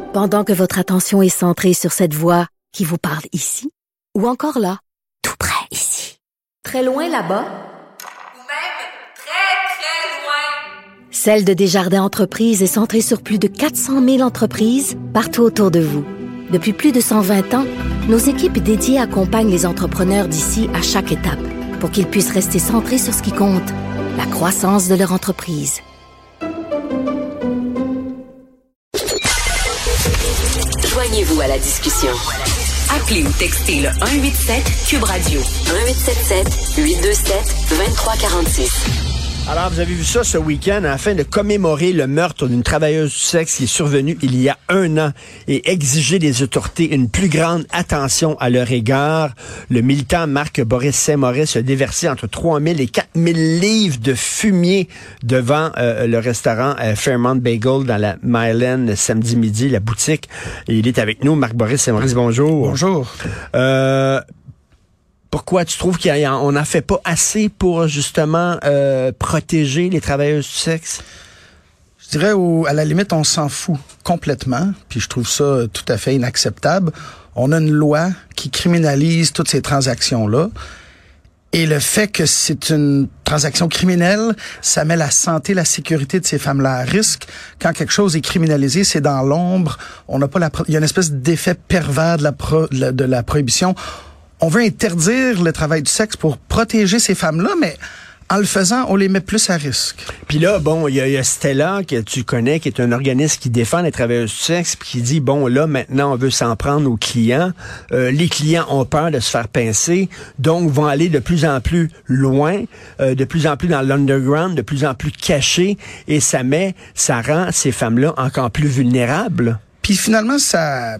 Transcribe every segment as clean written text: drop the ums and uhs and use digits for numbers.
Pendant que votre attention est centrée sur cette voix qui vous parle ici, ou encore là, tout près ici, très loin là-bas, ou même très, très loin. Celle de Desjardins Entreprises est centrée sur plus de 400 000 entreprises partout autour de vous. Depuis plus de 120 ans, nos équipes dédiées accompagnent les entrepreneurs d'ici à chaque étape pour qu'ils puissent rester centrés sur ce qui compte, la croissance de leur entreprise. Joignez-vous à la discussion. Appelez ou textez le 187 Cube Radio 1877 827 2346. Alors, vous avez vu ça ce week-end, afin de commémorer le meurtre d'une travailleuse du sexe qui est survenu il y a 1 an et exiger des autorités une plus grande attention à leur égard. Le militant Marc-Boris Saint-Maurice a déversé entre 3 000 et 4 000 livres de fumier devant le restaurant Fairmont Bagel dans la Myland samedi midi, la boutique. Et il est avec nous, Marc-Boris Saint-Maurice, bonjour. Bonjour. Pourquoi tu trouves qu'on n'en fait pas assez pour justement protéger les travailleuses du sexe? Je dirais, à la limite, on s'en fout complètement, puis je trouve ça tout à fait inacceptable. On a une loi qui criminalise toutes ces transactions-là, et le fait que c'est une transaction criminelle, ça met la santé, la sécurité de ces femmes-là à risque. Quand quelque chose est criminalisé, c'est dans l'ombre. On n'a pas il y a une espèce d'effet pervers de la prohibition. On veut interdire le travail du sexe pour protéger ces femmes-là, mais en le faisant, on les met plus à risque. Puis là, bon, il y a Stella, que tu connais, qui est un organisme qui défend les travailleurs du sexe, puis qui dit, bon, là, maintenant, on veut s'en prendre aux clients. Les clients ont peur de se faire pincer, donc vont aller de plus en plus loin, de plus en plus dans l'underground, de plus en plus cachés, et ça rend ces femmes-là encore plus vulnérables. Puis finalement, ça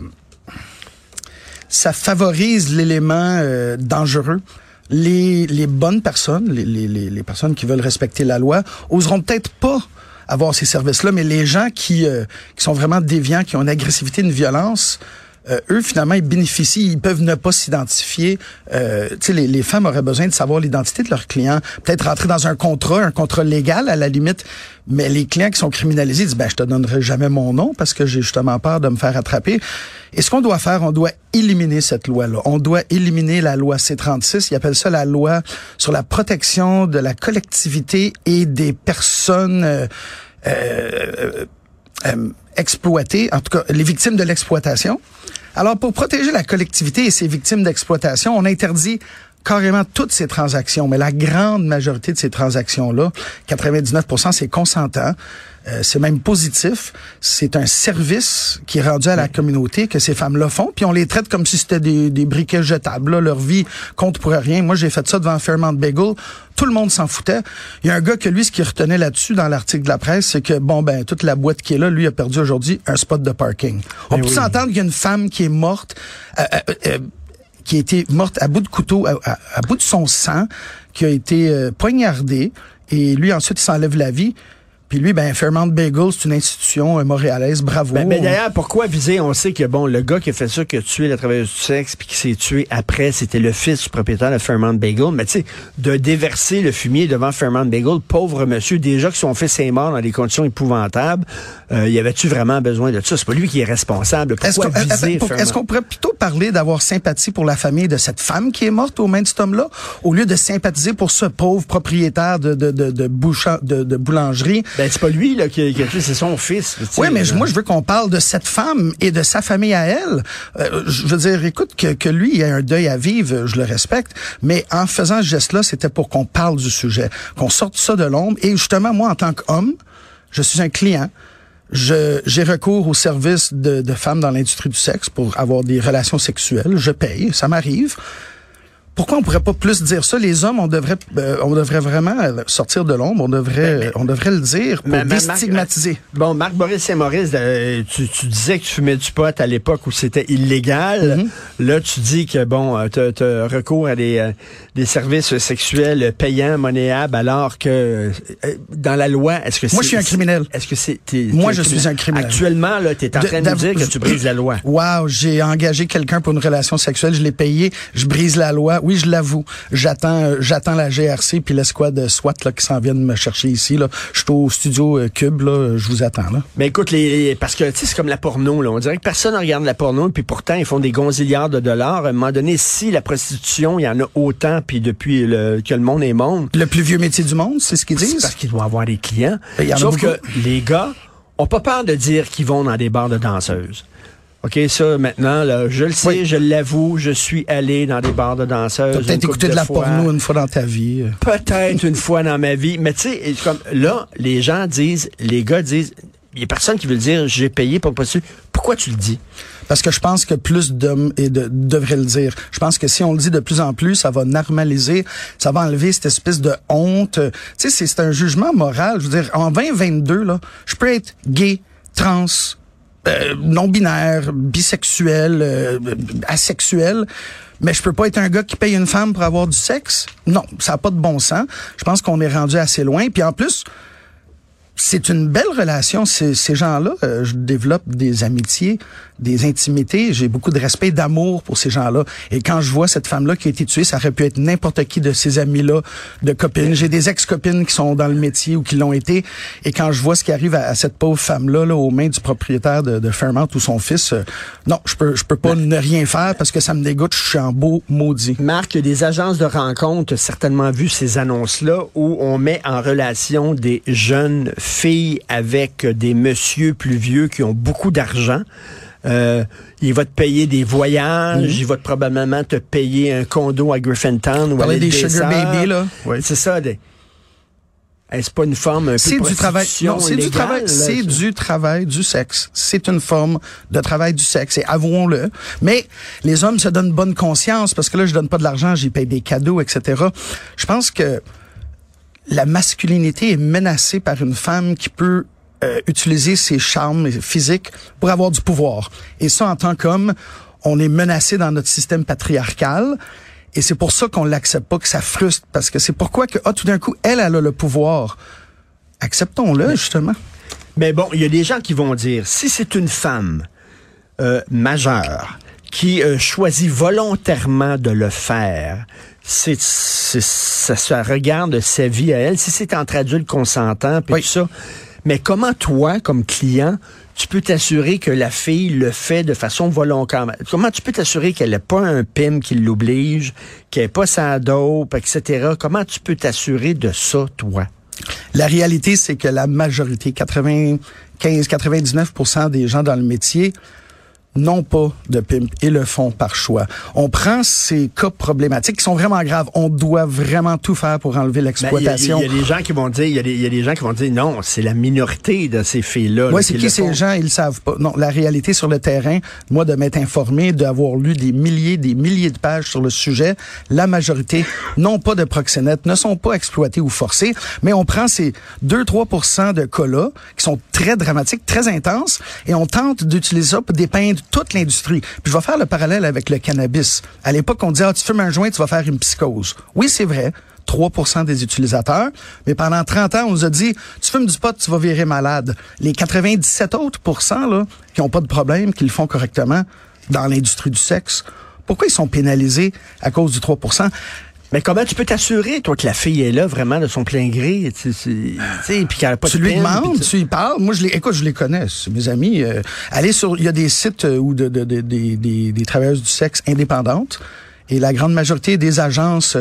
favorise l'élément dangereux. Les bonnes personnes, les personnes qui veulent respecter la loi, oseront peut-être pas avoir ces services-là, mais les gens qui sont vraiment déviants, qui ont une agressivité, une violence, eux, finalement, ils bénéficient, ils peuvent ne pas s'identifier. Tu sais, les femmes auraient besoin de savoir l'identité de leurs clients, peut-être rentrer dans un contrat légal à la limite, mais les clients qui sont criminalisés disent, je te donnerai jamais mon nom parce que j'ai justement peur de me faire attraper. Et ce qu'on doit faire, on doit éliminer cette loi-là. On doit éliminer la loi C-36. Ils appellent ça la loi sur la protection de la collectivité et des personnes exploitées, en tout cas les victimes de l'exploitation. Alors, pour protéger la collectivité et ses victimes d'exploitation, on interdit carrément toutes ces transactions, mais la grande majorité de ces transactions-là, 99%, c'est consentant. C'est même positif. C'est un service qui est rendu à la communauté que ces femmes-là font, puis on les traite comme si c'était des briquets jetables. Là, leur vie compte pour rien. Moi, j'ai fait ça devant Fairmont Bagel. Tout le monde s'en foutait. Il y a un gars que lui, ce qu'il retenait là-dessus dans l'article de la presse, c'est que, toute la boîte qui est là, lui, a perdu aujourd'hui un spot de parking. On peut s'entendre qu'il y a une femme qui est morte, qui a été morte à bout de couteau, à bout de son sang, qui a été poignardée, et lui, ensuite, il s'enlève la vie. Puis lui, Fairmont Bagel, c'est une institution montréalaise, bravo. Mais d'ailleurs, pourquoi viser? On sait que, le gars qui a fait ça, qui a tué la travailleuse du sexe, puis qui s'est tué après, c'était le fils du propriétaire de Fairmont Bagel. Mais tu sais, de déverser le fumier devant Fairmont Bagel, pauvre monsieur, déjà que son fils est mort dans des conditions épouvantables, y avait-tu vraiment besoin de ça? C'est pas lui qui est responsable. Pourquoi viser Fairmont? Est-ce qu'on pourrait plutôt parler d'avoir sympathie pour la famille de cette femme qui est morte aux mains de cet homme-là, au lieu de sympathiser pour ce pauvre propriétaire de boulangerie? C'est pas lui là qui a tué, c'est son fils. Oui, mais moi je veux qu'on parle de cette femme et de sa famille à elle. Je veux dire, écoute, que lui il a un deuil à vivre, je le respecte, mais en faisant ce geste-là, c'était pour qu'on parle du sujet, qu'on sorte ça de l'ombre. Et justement, moi, en tant qu'homme, je suis un client. J'ai recours aux services de femmes dans l'industrie du sexe pour avoir des relations sexuelles. Je paye, ça m'arrive. Pourquoi on pourrait pas plus dire ça? Les hommes, on devrait vraiment sortir de l'ombre. On devrait le dire pour déstigmatiser. Marc-Boris Saint-Maurice, tu disais que tu fumais du pot à l'époque où c'était illégal. Mm-hmm. Là, tu dis que t'as recours à des services sexuels payants, monnayables, alors que dans la loi, est-ce que c'est... Moi, je suis un criminel. Est-ce que c'est... Moi, je suis un criminel. Actuellement, là, t'es en train de dire que tu brises la loi. Wow, j'ai engagé quelqu'un pour une relation sexuelle, je l'ai payé, je brise la loi. Oui, je l'avoue. J'attends la GRC puis l'escouade SWAT là, qui s'en viennent me chercher ici. Là. Je suis au studio Cube, là, je vous attends. Là. Mais écoute, parce que c'est comme la porno. Là. On dirait que personne ne regarde la porno, puis pourtant, ils font des gonzillards de dollars. À un moment donné, si la prostitution, il y en a autant, puis depuis que le monde est monde... Le plus vieux métier du monde, c'est ce qu'ils disent? C'est parce qu'ils doivent avoir des clients. Sauf que les gars ont pas peur de dire qu'ils vont dans des bars de danseuses. OK, ça, maintenant, là, je le sais, je l'avoue, je suis allé dans des bars de danseuses. T'as peut-être écouté de la porno une fois dans ta vie. Peut-être une fois dans ma vie. Mais tu sais, comme là, les gars disent, il y a personne qui veut le dire, j'ai payé pour le prostituer. Pourquoi tu le dis? Parce que je pense que plus d'hommes devraient le dire. Je pense que si on le dit de plus en plus, ça va normaliser, ça va enlever cette espèce de honte. Tu sais, c'est un jugement moral. Je veux dire, en 2022, là, je peux être gay, trans, non-binaire, bisexuel, asexuel, mais je peux pas être un gars qui paye une femme pour avoir du sexe. Non, ça n'a pas de bon sens. Je pense qu'on est rendu assez loin. Puis en plus, c'est une belle relation. Ces gens-là, je développe des amitiés, des intimités. J'ai beaucoup de respect, d'amour pour ces gens-là. Et quand je vois cette femme-là qui a été tuée, ça aurait pu être n'importe qui de ces amis-là, de copines. J'ai des ex-copines qui sont dans le métier ou qui l'ont été. Et quand je vois ce qui arrive à cette pauvre femme-là, là, aux mains du propriétaire de Fairmount ou son fils, non, je peux pas ne rien faire parce que ça me dégoûte. Je suis en beau maudit. Marc, des agences de rencontres, certainement vu ces annonces-là où on met en relation des jeunes filles avec des messieurs plus vieux qui ont beaucoup d'argent. Il va te payer des voyages, il va probablement te payer un condo à Griffintown ou à l'île des des sugar Sœurs. baby, là. Oui. C'est ça. Est-ce pas une forme un peu de prostitution? Non, c'est du travail. C'est du travail du sexe. C'est une forme de travail du sexe. Et avouons-le. Mais les hommes se donnent bonne conscience parce que là, je donne pas de l'argent, j'y paye des cadeaux, etc. Je pense que la masculinité est menacée par une femme qui peut utiliser ses charmes physiques pour avoir du pouvoir. Et ça, en tant qu'homme, on est menacé dans notre système patriarcal. Et c'est pour ça qu'on l'accepte pas, que ça frustre. Parce que c'est pourquoi que, tout d'un coup, elle a le pouvoir. Acceptons-le, justement. Mais bon, il y a des gens qui vont dire, si c'est une femme majeure qui choisit volontairement de le faire, ça regarde sa vie à elle. Si c'est entre adultes consentants, puis tout ça. Mais comment toi, comme client, tu peux t'assurer que la fille le fait de façon volontaire? Comment tu peux t'assurer qu'elle n'a pas un pim qui l'oblige, qu'elle n'a pas sa dope, etc.? Comment tu peux t'assurer de ça, toi? La réalité, c'est que la majorité, 95-99% des gens dans le métier n'ont pas de pimp et le font par choix. On prend ces cas problématiques qui sont vraiment graves. On doit vraiment tout faire pour enlever l'exploitation. Il y a des gens qui vont dire, il y a des gens qui vont dire, non, c'est la minorité de ces filles-là. Oui, c'est qui ces gens? Ils le savent pas. Non, la réalité sur le terrain, moi, de m'être informé, d'avoir lu des milliers de pages sur le sujet, la majorité n'ont pas de proxénètes, ne sont pas exploités ou forcés, mais on prend ces 2-3% de cas-là, qui sont très dramatiques, très intenses, et on tente d'utiliser ça pour dépeindre toute l'industrie. Puis je vais faire le parallèle avec le cannabis. À l'époque, on disait, tu fumes un joint, tu vas faire une psychose. Oui, c'est vrai. 3% des utilisateurs. Mais pendant 30 ans, on nous a dit, tu fumes du pot, tu vas virer malade. Les 97 autres %, là, qui n'ont pas de problème, qui le font correctement dans l'industrie du sexe, pourquoi ils sont pénalisés à cause du 3%? Mais comment tu peux t'assurer, toi, que la fille est là vraiment de son plein gré, puis qu'elle n'a pas de Tu lui peine, demandes, tu y parles. Moi, je les connais, c'est mes amis. Il y a des sites où des travailleuses du sexe indépendantes, et la grande majorité des agences,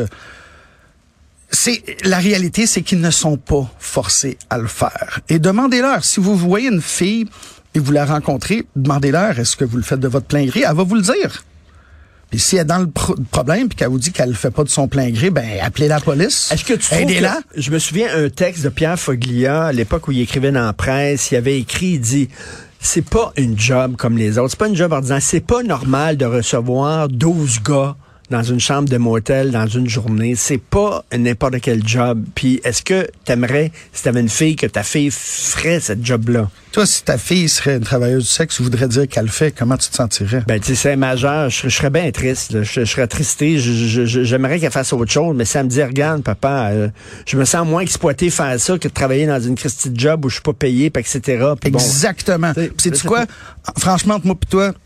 la réalité, c'est qu'ils ne sont pas forcés à le faire. Et demandez-leur, si vous voyez une fille et vous la rencontrez, demandez-leur, est-ce que vous le faites de votre plein gré? Elle va vous le dire. Puis si elle est dans le problème puis qu'elle vous dit qu'elle le fait pas de son plein gré, ben appelez la police. Est-ce que tu trouves aidez-la? Je me souviens un texte de Pierre Foglia à l'époque où il écrivait dans la presse, il avait écrit, il dit, c'est pas une job comme les autres, c'est pas une job en disant, c'est pas normal de recevoir 12 gars dans une chambre de motel dans une journée. C'est pas n'importe quel job. Puis est-ce que t'aimerais, si t'avais une fille, que ta fille ferait cette job-là? Toi, si ta fille serait une travailleuse du sexe, voudrais dire qu'elle le fait, comment tu te sentirais? Ben, tu sais, c'est majeur. Je serais bien triste. Là. Je serais attristé. J'aimerais qu'elle fasse autre chose, mais ça me dit, regarde, papa, je me sens moins exploité faire ça que de travailler dans une Christie de job où je suis pas payé, etc. Puis exactement. Bon, puis sais-tu quoi? Franchement, entre moi et toi,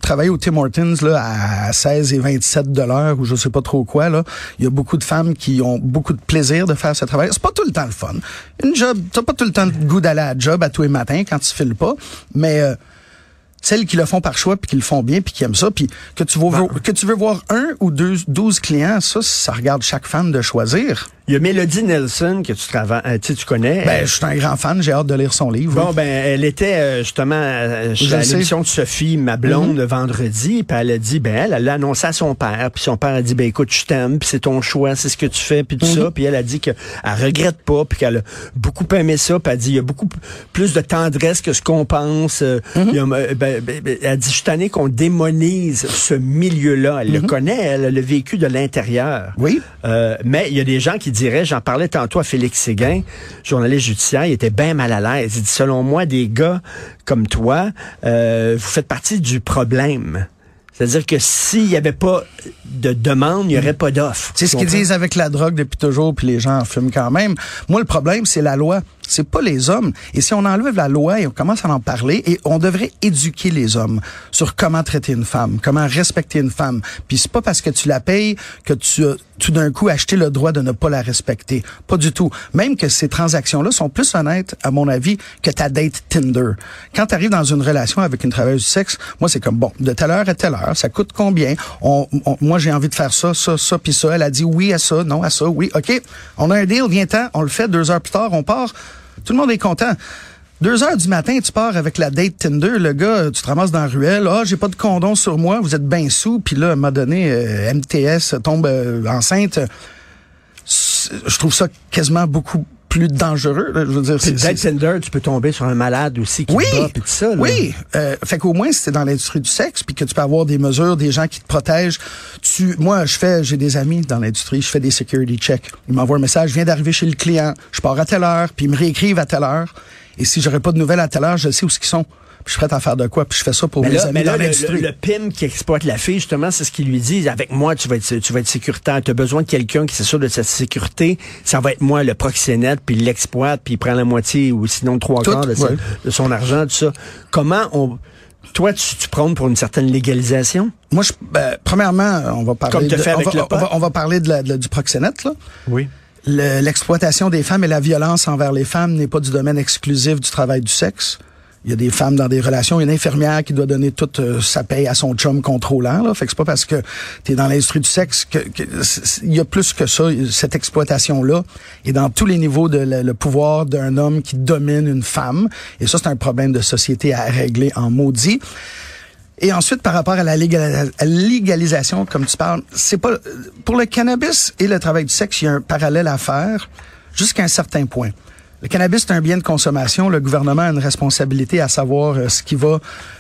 travailler au Tim Hortons là, à 16 et 27 $ ou je sais pas trop quoi, là, il y a beaucoup de femmes qui ont beaucoup de plaisir de faire ce travail. C'est pas tout le temps le fun. Une job, t'as pas tout le temps le goût d'aller à la job à tous les matins quand tu files pas, mais celles qui le font par choix puis qui le font bien puis qui aiment ça, puis que tu veux voir 1 ou 12 clients, ça regarde chaque femme de choisir. Il y a Mélodie Nelson que tu connais. Ben, je suis un grand fan, j'ai hâte de lire son livre. Bon, ben, elle était justement à l'émission de Sophie, ma blonde, le vendredi, puis elle a dit, ben, elle l'a annoncé à son père, puis son père a dit, ben, écoute, je t'aime, puis c'est ton choix, c'est ce que tu fais, puis tout ça, puis elle a dit qu'elle regrette pas, puis qu'elle a beaucoup aimé ça, puis elle a dit, il y a beaucoup plus de tendresse que ce qu'on pense. Elle a dit, je suis tannée qu'on démonise ce milieu-là. Elle le connaît, elle a le vécu de l'intérieur. Oui. Mais il y a des gens qui dirait, j'en parlais tantôt à Félix Séguin, journaliste judiciaire, il était bien mal à l'aise. Il dit, selon moi, des gars comme toi, vous faites partie du problème. C'est-à-dire que s'il n'y avait pas de demande, il n'y aurait pas d'offre. C'est ce qu'ils disent avec la drogue depuis toujours, puis les gens en fument quand même. Moi, le problème, c'est la loi. C'est pas les hommes. Et si on enlève la loi et on commence à en parler, et on devrait éduquer les hommes sur comment traiter une femme, comment respecter une femme. Puis c'est pas parce que tu la payes que tu as tout d'un coup acheté le droit de ne pas la respecter. Pas du tout. Même que ces transactions-là sont plus honnêtes, à mon avis, que ta date Tinder. Quand tu arrives dans une relation avec une travailleuse du sexe, moi, c'est comme, bon, de telle heure à telle heure, ça coûte combien? Moi, j'ai envie de faire ça, puis ça. Elle a dit oui à ça, non à ça, oui. OK, on a un deal, viens-t'en, on le fait, 2 heures plus tard, on part. Tout le monde est content. 2 heures du matin, tu pars avec la date Tinder, le gars, tu te ramasses dans la ruelle, j'ai pas de condom sur moi, vous êtes bien sous, puis là, à un moment donné, MTS tombe enceinte. Je trouve ça quasiment beaucoup plus dangereux. Là, je veux dire, date Tinder, tu peux tomber sur un malade aussi qui bat, puis tout ça. Là. Oui, fait qu'au moins, si t'es dans l'industrie du sexe, puis que tu peux avoir des mesures, des gens qui te protègent. Moi, j'ai des amis dans l'industrie, je fais des security checks. Ils m'envoient un message, je viens d'arriver chez le client, je pars à telle heure, puis ils me réécrivent à telle heure. Et si j'aurais pas de nouvelles à telle heure, je sais où ils sont. Puis je suis prêt à faire de quoi, puis je fais ça pour mes amis dans l'industrie. Le PIM qui exploite la fille, justement, c'est ce qu'il lui dit. Avec moi, tu vas être sécuritaire. Tu as besoin de quelqu'un qui s'assure de cette sécurité. Ça va être moi, le proxénète, puis il l'exploite, puis il prend la moitié ou sinon 3/4 de son argent, tout ça. Comment toi, tu prônes pour une certaine légalisation? Moi, premièrement, on va parler on va parler du proxénète, là. Oui. L'exploitation des femmes et la violence envers les femmes n'est pas du domaine exclusif du travail du sexe. Il y a des femmes dans des relations, il y a une infirmière qui doit donner toute sa paye à son chum contrôlant, là. Fait que c'est pas parce que t'es dans l'industrie du sexe il y a plus que ça, cette exploitation-là. Et dans tous les niveaux le pouvoir d'un homme qui domine une femme. Et ça, c'est un problème de société à régler en maudit. Et ensuite, par rapport à la légalisation, comme tu parles, c'est pas, pour le cannabis et le travail du sexe, il y a un parallèle à faire jusqu'à un certain point. Le cannabis, c'est un bien de consommation. Le gouvernement a une responsabilité à savoir ce qui va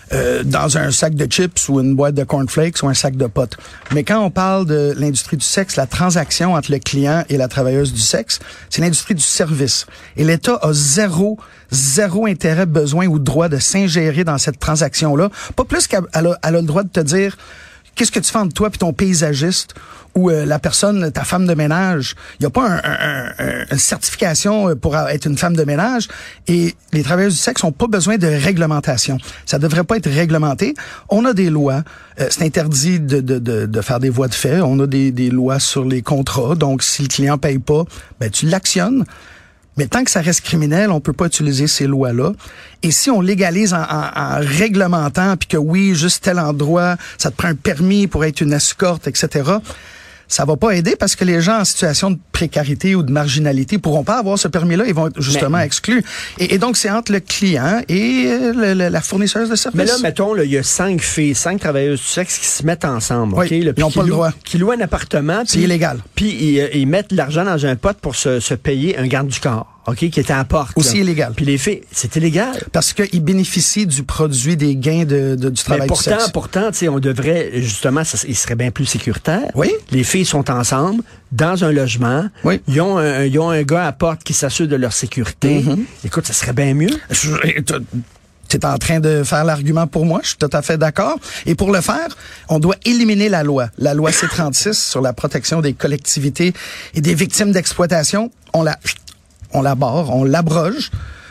dans un sac de chips ou une boîte de cornflakes ou un sac de potes. Mais quand on parle de l'industrie du sexe, la transaction entre le client et la travailleuse du sexe, c'est l'industrie du service. Et l'État a zéro intérêt, besoin ou droit de s'ingérer dans cette transaction-là. Pas plus qu'elle a le droit de te dire qu'est-ce que tu fais entre toi puis ton paysagiste ou la personne, ta femme de ménage. Il n'y a pas une certification pour être une femme de ménage. Et les travailleurs du sexe n'ont pas besoin de réglementation. Ça devrait pas être réglementé. On a des lois. C'est interdit de faire des voies de fait. On a des lois sur les contrats. Donc, si le client paye pas, tu l'actionnes. Mais tant que ça reste criminel, on peut pas utiliser ces lois-là. Et si on légalise en réglementant, puis que oui, juste tel endroit, ça te prend un permis pour être une escorte, etc., ça va pas aider parce que les gens en situation de précarité ou de marginalité pourront pas avoir ce permis-là, ils vont être justement exclus. Et donc, c'est entre le client et la fournisseuse de service. Mais là, mettons, il y a 5 travailleuses du sexe qui se mettent ensemble. Oui, okay? Ils n'ont pas le droit. Qui louent un appartement. C'est illégal. Puis ils mettent l'argent dans un pot pour se payer un garde du corps. OK, qui était à la porte. Aussi là. illégal. Puis les filles, c'est illégal. Parce qu'ils bénéficient du produit des gains du travail du sexe. Pourtant, tu sais, on devrait, justement, ils seraient bien plus sécuritaires. Oui. Les filles sont ensemble, dans un logement. Oui. Ils ont un gars à la porte qui s'assure de leur sécurité. Mm-hmm. Écoute, ça serait bien mieux. T'es en train de faire l'argument pour moi, je suis tout à fait d'accord. Et pour le faire, on doit éliminer la loi C-36 sur la protection des collectivités et des victimes d'exploitation. On la barre, on l'abroge.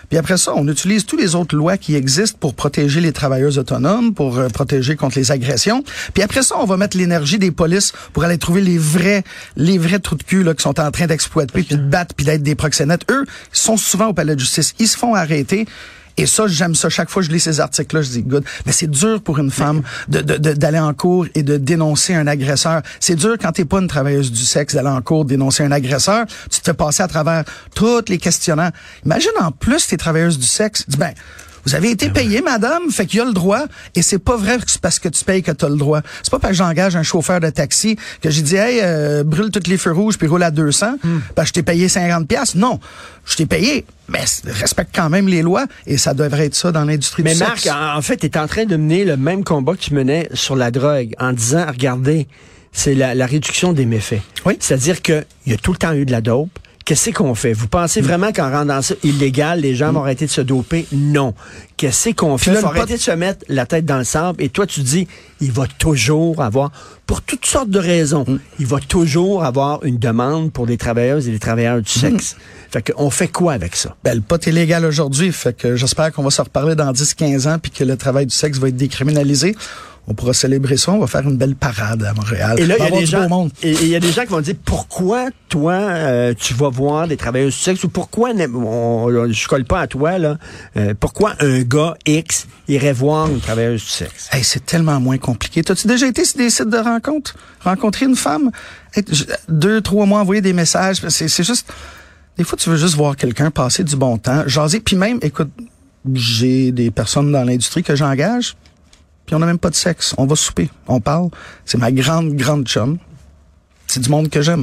Puis après ça, on utilise tous les autres lois qui existent pour protéger les travailleurs autonomes, pour protéger contre les agressions. Puis après ça, on va mettre l'énergie des polices pour aller trouver les vrais trous de cul là qui sont en train d'exploiter, puis de battre, puis d'être des proxénètes. Eux, ils sont souvent au palais de justice. Ils se font arrêter. Et ça, j'aime ça. Chaque fois que je lis ces articles-là, je dis, good. Mais c'est dur pour une femme d'aller en cours et de dénoncer un agresseur. C'est dur quand t'es pas une travailleuse du sexe d'aller en cours dénoncer un agresseur. Tu te fais passer à travers tous les questionnements. Imagine en plus t'es travailleuse du sexe. Dis, vous avez été payée, madame, fait qu'il y a le droit. Et c'est pas vrai que c'est parce que tu payes que t'as le droit. C'est pas parce que j'engage un chauffeur de taxi que j'ai dit, hey, brûle tous les feux rouges puis roule à 200 parce que je t'ai payé 50$. Non, je t'ai payé, mais respecte quand même les lois et ça devrait être ça dans l'industrie du sexe. Mais Marc, en fait, t'es en train de mener le même combat que tu menais sur la drogue en disant, regardez, c'est la réduction des méfaits. Oui. C'est-à-dire qu'il y a tout le temps eu de la dope. Qu'est-ce qu'on fait? Vous pensez vraiment qu'en rendant ça illégal, les gens vont arrêter de se doper? Non. Qu'est-ce qu'on fait? Il faut arrêter de se mettre la tête dans le sable. Et toi, tu dis, il va toujours avoir, pour toutes sortes de raisons, il va toujours avoir une demande pour les travailleuses et les travailleurs du sexe. Fait qu'on fait quoi avec ça? Le pot est légal aujourd'hui. Fait que j'espère qu'on va se reparler dans 10-15 ans puis que le travail du sexe va être décriminalisé. On pourra célébrer ça, on va faire une belle parade à Montréal. Et là, il y a des gens qui vont dire, pourquoi toi, tu vas voir des travailleurs du sexe, ou pourquoi, je colle pas à toi, là, pourquoi un gars X irait voir une travailleuse du sexe? Hey, c'est tellement moins compliqué. T'as-tu déjà été sur des sites de rencontres? Rencontrer une femme? 2-3 mois, envoyer des messages, c'est juste... Des fois, tu veux juste voir quelqu'un passer du bon temps, jaser, puis même, écoute, j'ai des personnes dans l'industrie que j'engage, puis on n'a même pas de sexe. On va souper, on parle. C'est ma grande chum. C'est du monde que j'aime.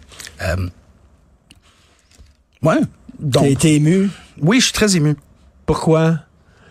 Ouais. Donc. T'es ému? Oui, je suis très ému. Pourquoi?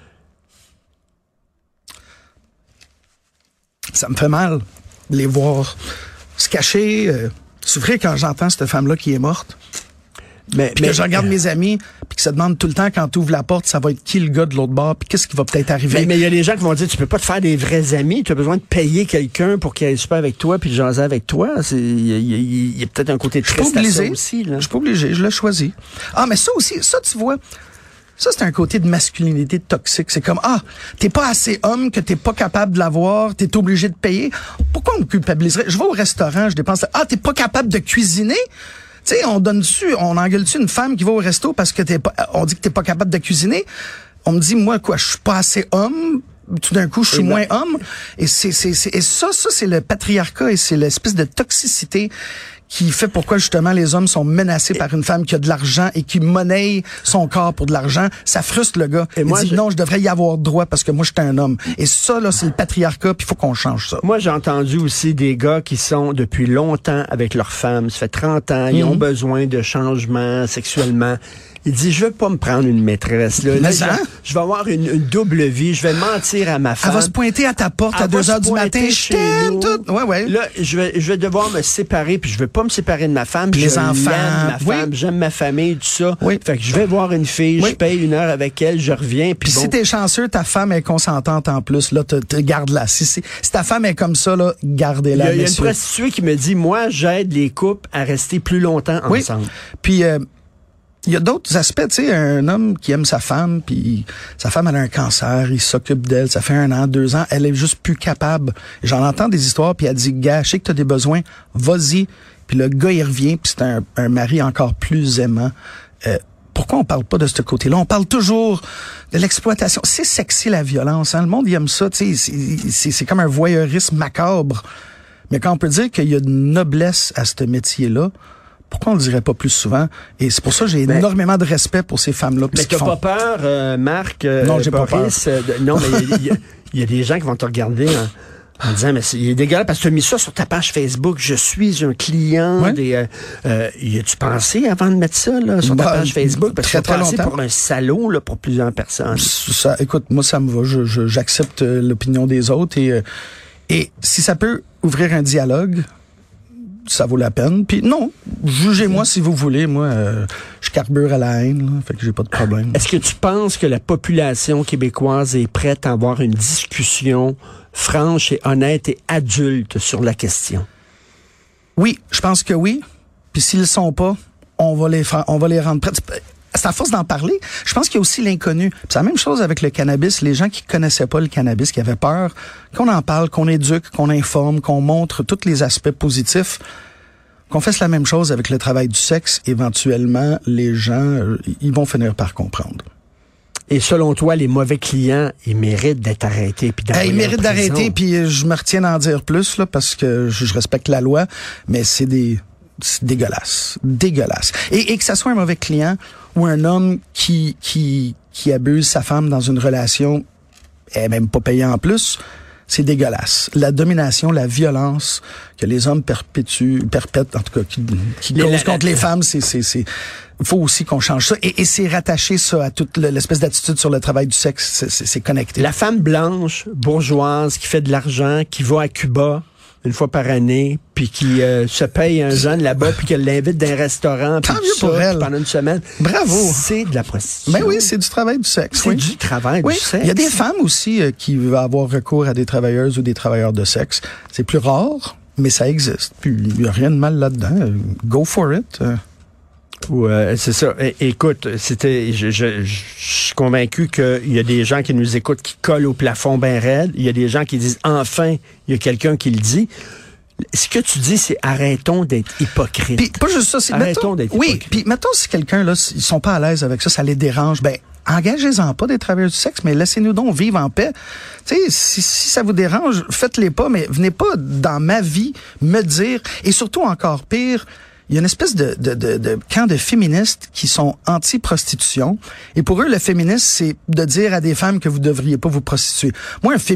Ça me fait mal de les voir se cacher, souffrir quand j'entends cette femme-là qui est morte. Puis que je regarde mes amis, puis que ça demande tout le temps quand tu ouvres la porte, ça va être qui le gars de l'autre bord, puis qu'est-ce qui va peut-être arriver. Mais il y a des gens qui vont dire, tu peux pas te faire des vrais amis, tu as besoin de payer quelqu'un pour qu'il aille super avec toi, puis de jaser avec toi. Il y a peut-être un côté de prestation aussi. Je suis pas obligé, je l'ai choisi. Ah, mais ça aussi, ça tu vois, ça c'est un côté de masculinité toxique. C'est comme, t'es pas assez homme que t'es pas capable de l'avoir, t'es obligé de payer. Pourquoi on me culpabiliserait? Je vais au restaurant, je dépense, t'es pas capable de cuisiner? Tu sais, on engueule-tu une femme qui va au resto parce que on dit que t'es pas capable de cuisiner? On me dit, moi, quoi, je suis pas assez homme? Tout d'un coup, je suis moins homme? Et ça, c'est le patriarcat et c'est l'espèce de toxicité qui fait pourquoi justement les hommes sont menacés par une femme qui a de l'argent et qui monnaie son corps pour de l'argent. Ça frustre le gars. Il dit non, je devrais y avoir droit parce que moi je suis un homme. Et ça là, c'est le patriarcat, puis il faut qu'on change ça. Moi j'ai entendu aussi des gars qui sont depuis longtemps avec leur femme, ça fait 30 ans, ils ont besoin de changement sexuellement. Il dit, je veux pas me prendre une maîtresse. Là, je vais avoir une double vie. Je vais mentir à ma femme. Elle va se pointer à ta porte à 2 heures du matin. Je t'aime tout. Ouais. Là, je vais devoir me séparer, puis je veux pas me séparer de ma femme. Les enfants. Ma femme, j'aime ma famille, tout ça. Oui. Fait que je vais voir une fille, je paye 1 heure avec elle, je reviens. Puis si t'es chanceux, ta femme est consentante en plus. Là, garde-la. Si ta femme est comme ça, là, gardez-la. Il y a une prostituée qui me dit, moi, j'aide les couples à rester plus longtemps ensemble. Puis il y a d'autres aspects, tu sais, un homme qui aime sa femme, puis sa femme elle a un cancer, il s'occupe d'elle, ça fait 1 an, 2 ans, elle est juste plus capable. J'en entends des histoires, puis elle dit, gars, je sais que t'as des besoins, vas-y. Puis le gars, il revient, puis c'est un mari encore plus aimant. Pourquoi on parle pas de ce côté-là? On parle toujours de l'exploitation. C'est sexy, la violence, hein? Le monde, il aime ça, tu sais, c'est comme un voyeurisme macabre. Mais quand on peut dire qu'il y a de noblesse à ce métier-là, pourquoi on le dirait pas plus souvent? Et c'est pour ça que j'ai énormément de respect pour ces femmes-là. Mais t'as pas peur, Marc? Non, j'ai pas peur. Non, mais il y a des gens qui vont te regarder en disant, mais il est dégueulasse parce que tu as mis ça sur ta page Facebook. Je suis un client y as-tu pensé avant de mettre ça là, sur ta page Facebook? Parce que tu as passé pour un salaud là, pour plusieurs personnes. Ça, écoute, moi, ça me va. J'accepte l'opinion des autres et si ça peut ouvrir un dialogue, ça vaut la peine. Puis non, jugez-moi si vous voulez. Moi, je carbure à la haine, là, fait que j'ai pas de problème. Est-ce que tu penses que la population québécoise est prête à avoir une discussion franche et honnête et adulte sur la question? Oui, je pense que oui. Puis s'ils le sont pas, on va les rendre prêts. c'est à force d'en parler. Je pense qu'il y a aussi l'inconnu. Puis c'est la même chose avec le cannabis. Les gens qui connaissaient pas le cannabis, qui avaient peur, qu'on en parle, qu'on éduque, qu'on informe, qu'on montre tous les aspects positifs, qu'on fasse la même chose avec le travail du sexe. Éventuellement, les gens, ils vont finir par comprendre. Et selon toi, les mauvais clients, ils méritent d'être arrêtés puis ils méritent d'arrêter, puis je me retiens d'en dire plus là parce que je respecte la loi, mais c'est dégueulasse. Et que ça soit un mauvais client ou un homme qui abuse sa femme dans une relation, et même pas payé en plus, c'est dégueulasse. La domination, la violence que les hommes perpètent, en tout cas, qui causent contre les femmes, il faut aussi qu'on change ça. Et c'est rattaché ça à toute l'espèce d'attitude sur le travail du sexe. C'est connecté. La femme blanche, bourgeoise, qui fait de l'argent, qui va à Cuba une fois par année, puis qui se paye un jeune là-bas, puis qu'elle l'invite dans un restaurant, puis tout ça, pendant une semaine. Bravo! C'est de la prostitution. Ben oui, c'est du travail du sexe. C'est du travail du sexe. Il y a des femmes aussi qui veulent avoir recours à des travailleuses ou des travailleurs de sexe. C'est plus rare, mais ça existe. Puis il n'y a rien de mal là-dedans. Go for it. C'est ça. Écoute, je suis convaincu qu'il y a des gens qui nous écoutent qui collent au plafond ben raide. Il y a des gens qui disent enfin, il y a quelqu'un qui le dit. Ce que tu dis, c'est arrêtons d'être hypocrites. Puis pas juste ça, c'est arrêtons d'être hypocrites. Oui, puis mettons si quelqu'un là, ils sont pas à l'aise avec ça, ça les dérange, ben engagez-en pas des travailleurs du sexe, mais laissez-nous donc vivre en paix. Tu sais, si ça vous dérange, faites-les pas, mais venez pas dans ma vie me dire, et surtout encore pire, il y a une espèce de camp de féministes qui sont anti-prostitution. Et pour eux, le féminisme, c'est de dire à des femmes que vous devriez pas vous prostituer. Moi, un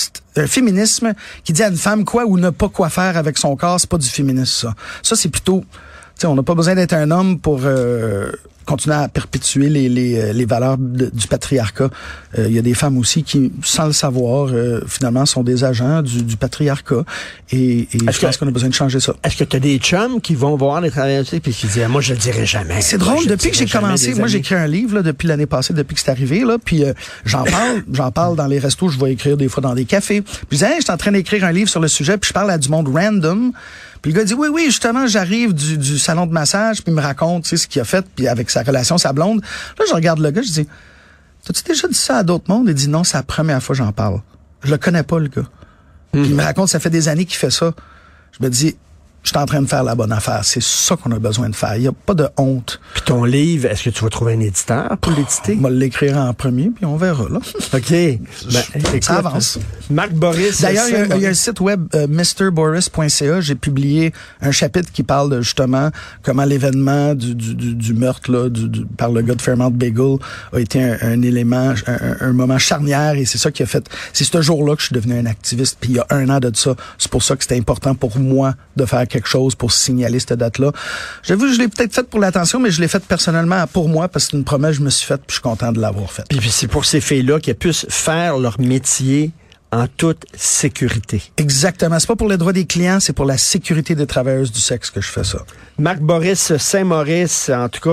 féminisme qui dit à une femme quoi ou ne pas quoi faire avec son corps, c'est pas du féminisme, ça. Ça, c'est plutôt, tu sais, on n'a pas besoin d'être un homme pour continuer à perpétuer les valeurs du patriarcat. Il y a des femmes aussi qui, sans le savoir, finalement, sont des agents du patriarcat. Et je pense qu'on a besoin de changer ça. Est-ce que tu as des chums qui vont voir les travailleurs et qui disent moi, je le dirai jamais. C'est drôle. Depuis que j'ai commencé, moi, j'ai écrit un livre là, depuis l'année passée, depuis que c'est arrivé. Là, puis j'en parle dans les restos. Je vais écrire des fois dans des cafés. Puis je disais, je suis en train d'écrire un livre sur le sujet. Puis je parle à du monde random. Puis le gars dit, oui, justement, j'arrive du salon de massage, puis il me raconte, tu sais, ce qu'il a fait, puis avec sa relation, sa blonde. Là, je regarde le gars, je dis, t'as-tu déjà dit ça à d'autres mondes? Il dit, non, c'est la première fois que j'en parle. Je le connais pas, le gars. Puis il me raconte, ça fait des années qu'il fait ça. Je me dis, je suis en train de faire la bonne affaire. C'est ça qu'on a besoin de faire. Il n'y a pas de honte. Puis ton livre, est-ce que tu vas trouver un éditeur pour l'éditer? On va l'écrire en premier, puis on verra, là. OK. Écoute, ça avance. Marc Boris. D'ailleurs, il y a un site web, mrboris.ca. J'ai publié un chapitre qui parle de, justement, comment l'événement du meurtre, là, par le gars de Fairmount Bagel a été un élément, un moment charnière, et c'est ça qui a fait, c'est ce jour-là que je suis devenu un activiste, puis il y a 1 an de ça. C'est pour ça que c'était important pour moi de faire quelque chose pour signaler cette date-là. J'avoue, je l'ai peut-être faite pour l'attention, mais je l'ai faite personnellement pour moi parce que c'est une promesse que je me suis faite, puis je suis content de l'avoir faite. Puis c'est pour ces filles-là qu'elles puissent faire leur métier en toute sécurité. Exactement. C'est pas pour les droits des clients, c'est pour la sécurité des travailleuses du sexe que je fais ça. Marc Boris Saint-Maurice, en tout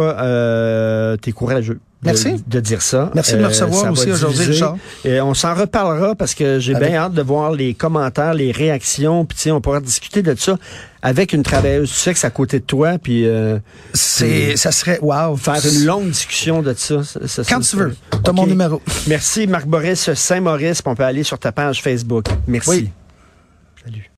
cas, t'es courageux. Merci. De dire ça. Merci de me recevoir aussi aujourd'hui, Richard. Et on s'en reparlera parce que j'ai bien hâte de voir les commentaires, les réactions, puis tu sais, on pourra discuter de ça avec une travailleuse du sexe à côté de toi, puis ça serait wow. Faire une longue discussion de ça. Quand tu veux. T'as mon numéro. Merci Marc Boris Saint-Maurice, puis on peut aller sur ta page Facebook. Merci. Oui. Salut.